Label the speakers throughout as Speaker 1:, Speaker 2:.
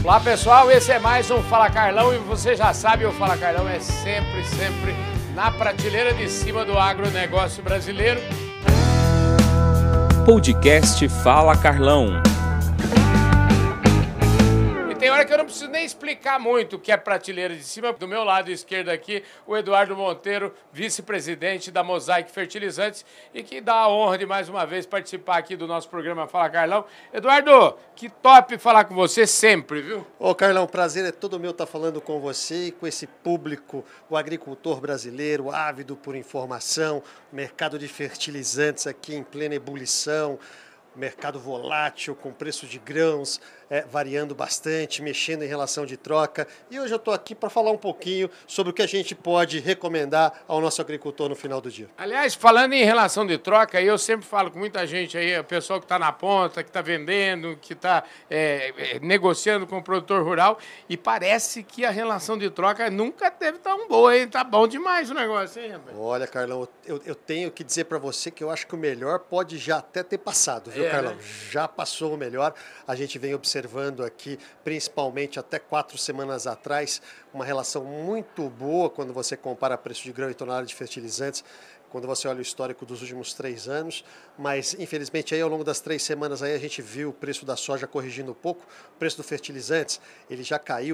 Speaker 1: Olá pessoal, esse é mais um Fala Carlão e você já sabe, o Fala Carlão é sempre na prateleira de cima do agronegócio brasileiro.
Speaker 2: Podcast Fala Carlão.
Speaker 1: Tem hora que eu não preciso nem explicar muito o que é prateleira de cima. Do meu lado esquerdo aqui, o Eduardo Monteiro, vice-presidente da Mosaic Fertilizantes e que dá a honra de mais uma vez participar aqui do nosso programa Fala Carlão. Eduardo, que top falar com você sempre, viu?
Speaker 3: Ô Carlão, prazer é todo meu estar falando com você e com esse público, o agricultor brasileiro ávido por informação, mercado de fertilizantes aqui em plena ebulição, mercado volátil, com preço de grãos variando bastante, mexendo em relação de troca. E hoje eu estou aqui para falar um pouquinho sobre o que a gente pode recomendar ao nosso agricultor no final do dia.
Speaker 1: Aliás, falando em relação de troca, eu sempre falo com muita gente aí, o pessoal que está na ponta, que está vendendo, que está negociando com o produtor rural, e parece que a relação de troca nunca teve tão boa, hein? Tá bom demais o negócio, hein, rapaz?
Speaker 3: Olha, Carlão, eu tenho que dizer para você que eu acho que o melhor pode já até ter passado, viu, Carlão?
Speaker 1: Né?
Speaker 3: Já passou o melhor. A gente vem observando aqui, principalmente até 4 semanas atrás, uma relação muito boa quando você compara preço de grão e tonelada de fertilizantes, quando você olha o histórico dos últimos 3 anos, mas infelizmente aí ao longo das 3 semanas aí a gente viu o preço da soja corrigindo um pouco, o preço do fertilizantes ele já caiu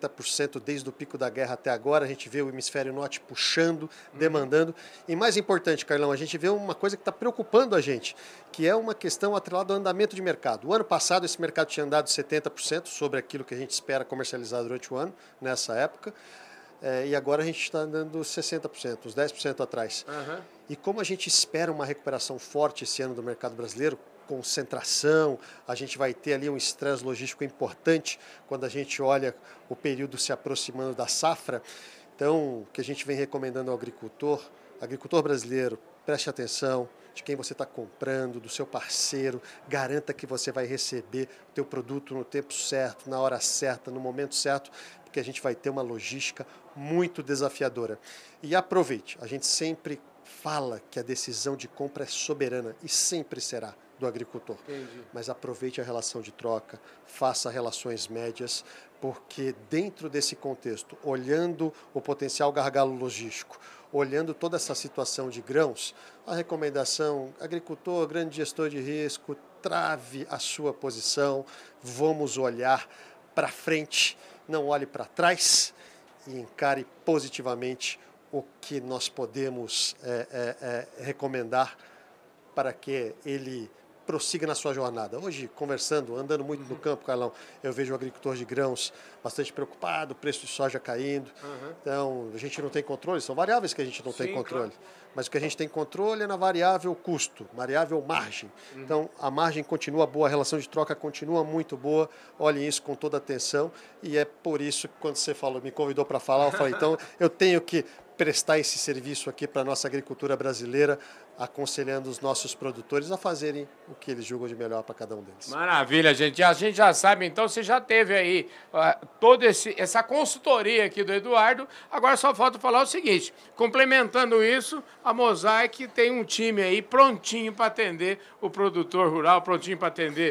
Speaker 3: 70% desde o pico da guerra até agora, a gente vê o hemisfério norte puxando, demandando, e mais importante, Carlão, a gente vê uma coisa que está preocupando a gente, que é uma questão atrelada ao andamento de mercado. O ano passado esse mercado tinha andado 70% sobre aquilo que a gente espera comercializar durante o ano, nessa época, e agora a gente está andando 60%, uns 10% atrás.
Speaker 1: Uhum.
Speaker 3: E como a gente espera uma recuperação forte esse ano do mercado brasileiro, concentração, a gente vai ter ali um estresse logístico importante quando a gente olha o período se aproximando da safra. Então, o que a gente vem recomendando ao agricultor brasileiro, preste atenção de quem você está comprando, do seu parceiro, garanta que você vai receber o teu produto no tempo certo, na hora certa, no momento certo, porque a gente vai ter uma logística muito desafiadora. E aproveite, a gente sempre fala que a decisão de compra é soberana e sempre será do agricultor.
Speaker 1: Entendi.
Speaker 3: Mas aproveite a relação de troca, faça relações médias, porque dentro desse contexto, olhando o potencial gargalo logístico, olhando toda essa situação de grãos, a recomendação, agricultor, grande gestor de risco, trave a sua posição, vamos olhar para frente, não olhe para trás e encare positivamente o que nós podemos recomendar para que ele prossiga na sua jornada. Hoje, conversando, andando muito no campo, Carlão, eu vejo o agricultor de grãos bastante preocupado, o preço de soja caindo. Então, a gente não tem controle, são variáveis que a gente não tem controle.
Speaker 1: Claro.
Speaker 3: Mas o que a gente tem controle é na variável custo, variável margem. Então, a margem continua boa, a relação de troca continua muito boa. Olhem isso com toda atenção. E é por isso que quando você me convidou para falar, eu falei, então, eu tenho que prestar esse serviço aqui para a nossa agricultura brasileira, aconselhando os nossos produtores a fazerem o que eles julgam de melhor para cada um deles.
Speaker 1: Maravilha, gente. A gente já sabe, então, você já teve aí toda essa consultoria aqui do Eduardo. Agora só falta falar o seguinte, complementando isso, a Mosaic tem um time aí prontinho para atender o produtor rural, prontinho para atender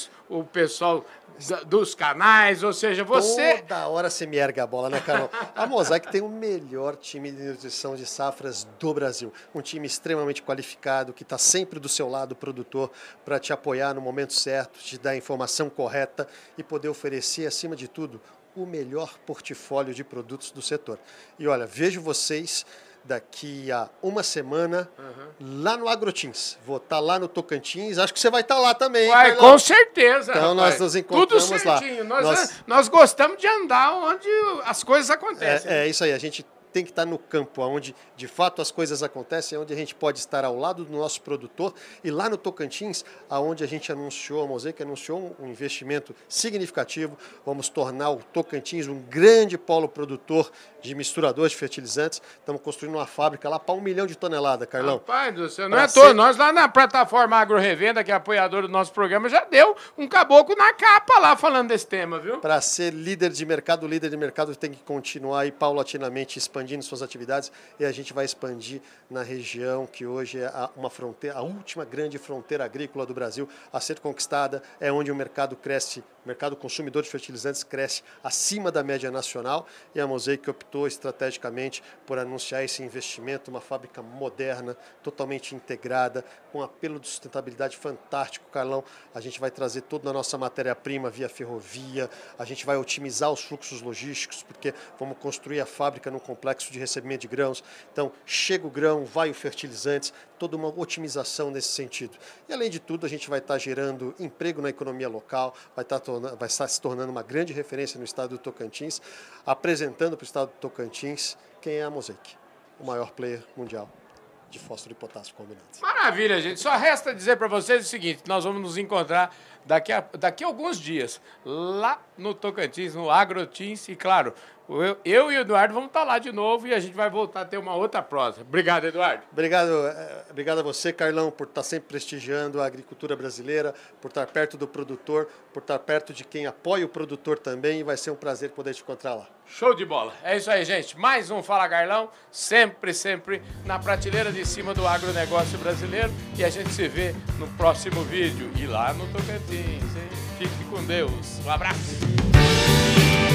Speaker 1: o pessoal dos canais, ou seja, você...
Speaker 3: Toda hora você me erga a bola, né, Carol? A Mosaic tem o melhor time de nutrição de safras do Brasil. Um time extremamente qualificado, que está sempre do seu lado, produtor, para te apoiar no momento certo, te dar a informação correta e poder oferecer, acima de tudo, o melhor portfólio de produtos do setor. E olha, vejo vocês daqui a uma semana lá no Agrotins. Vou estar lá no Tocantins. Acho que você vai estar lá também.
Speaker 1: Vai, com certeza.
Speaker 3: Então
Speaker 1: rapaz.
Speaker 3: nós nos encontramos
Speaker 1: tudo certinho.
Speaker 3: lá.
Speaker 1: Nós gostamos de andar onde as coisas acontecem.
Speaker 3: É isso aí. A gente tem que estar no campo, onde de fato as coisas acontecem, onde a gente pode estar ao lado do nosso produtor. E lá no Tocantins, aonde a gente anunciou, a Mosaic anunciou um investimento significativo. Vamos tornar o Tocantins um grande polo produtor de misturadores de fertilizantes. Estamos construindo uma fábrica lá para 1 milhão de toneladas, Carlão.
Speaker 1: Rapaz do céu, não é à toa. Nós lá na plataforma Agro Revenda, que é apoiador do nosso programa, já deu um caboclo na capa lá falando desse tema, viu?
Speaker 3: Para ser líder de mercado tem que continuar aí paulatinamente expandindo suas atividades e a gente vai expandir na região que hoje é uma fronteira, a última grande fronteira agrícola do Brasil a ser conquistada, é onde o mercado cresce O mercado consumidor de fertilizantes cresce acima da média nacional e a Mosaic optou estrategicamente por anunciar esse investimento, uma fábrica moderna, totalmente integrada, com apelo de sustentabilidade fantástico. Carlão, a gente vai trazer toda a nossa matéria-prima via ferrovia, a gente vai otimizar os fluxos logísticos, porque vamos construir a fábrica num complexo de recebimento de grãos. Então, chega o grão, vai o fertilizantes, toda uma otimização nesse sentido. E, além de tudo, a gente vai estar gerando emprego na economia local, vai estar se tornando uma grande referência no estado do Tocantins, apresentando para o estado do Tocantins quem é a Mosaic, o maior player mundial de fósforo e potássio combinado.
Speaker 1: Maravilha, gente. Só resta dizer para vocês o seguinte, nós vamos nos encontrar daqui a alguns dias, lá no Tocantins, no Agrotins, e claro, eu e o Eduardo vamos estar lá de novo e a gente vai voltar a ter uma outra prosa. Obrigado, Eduardo.
Speaker 3: Obrigado a você, Carlão, por estar sempre prestigiando a agricultura brasileira, por estar perto do produtor, por estar perto de quem apoia o produtor também, e vai ser um prazer poder te encontrar lá.
Speaker 1: Show de bola. É isso aí, gente. Mais um Fala Carlão, sempre na prateleira de cima do agronegócio brasileiro, e a gente se vê no próximo vídeo e lá no Tocantins, hein? Fique com Deus. Um abraço.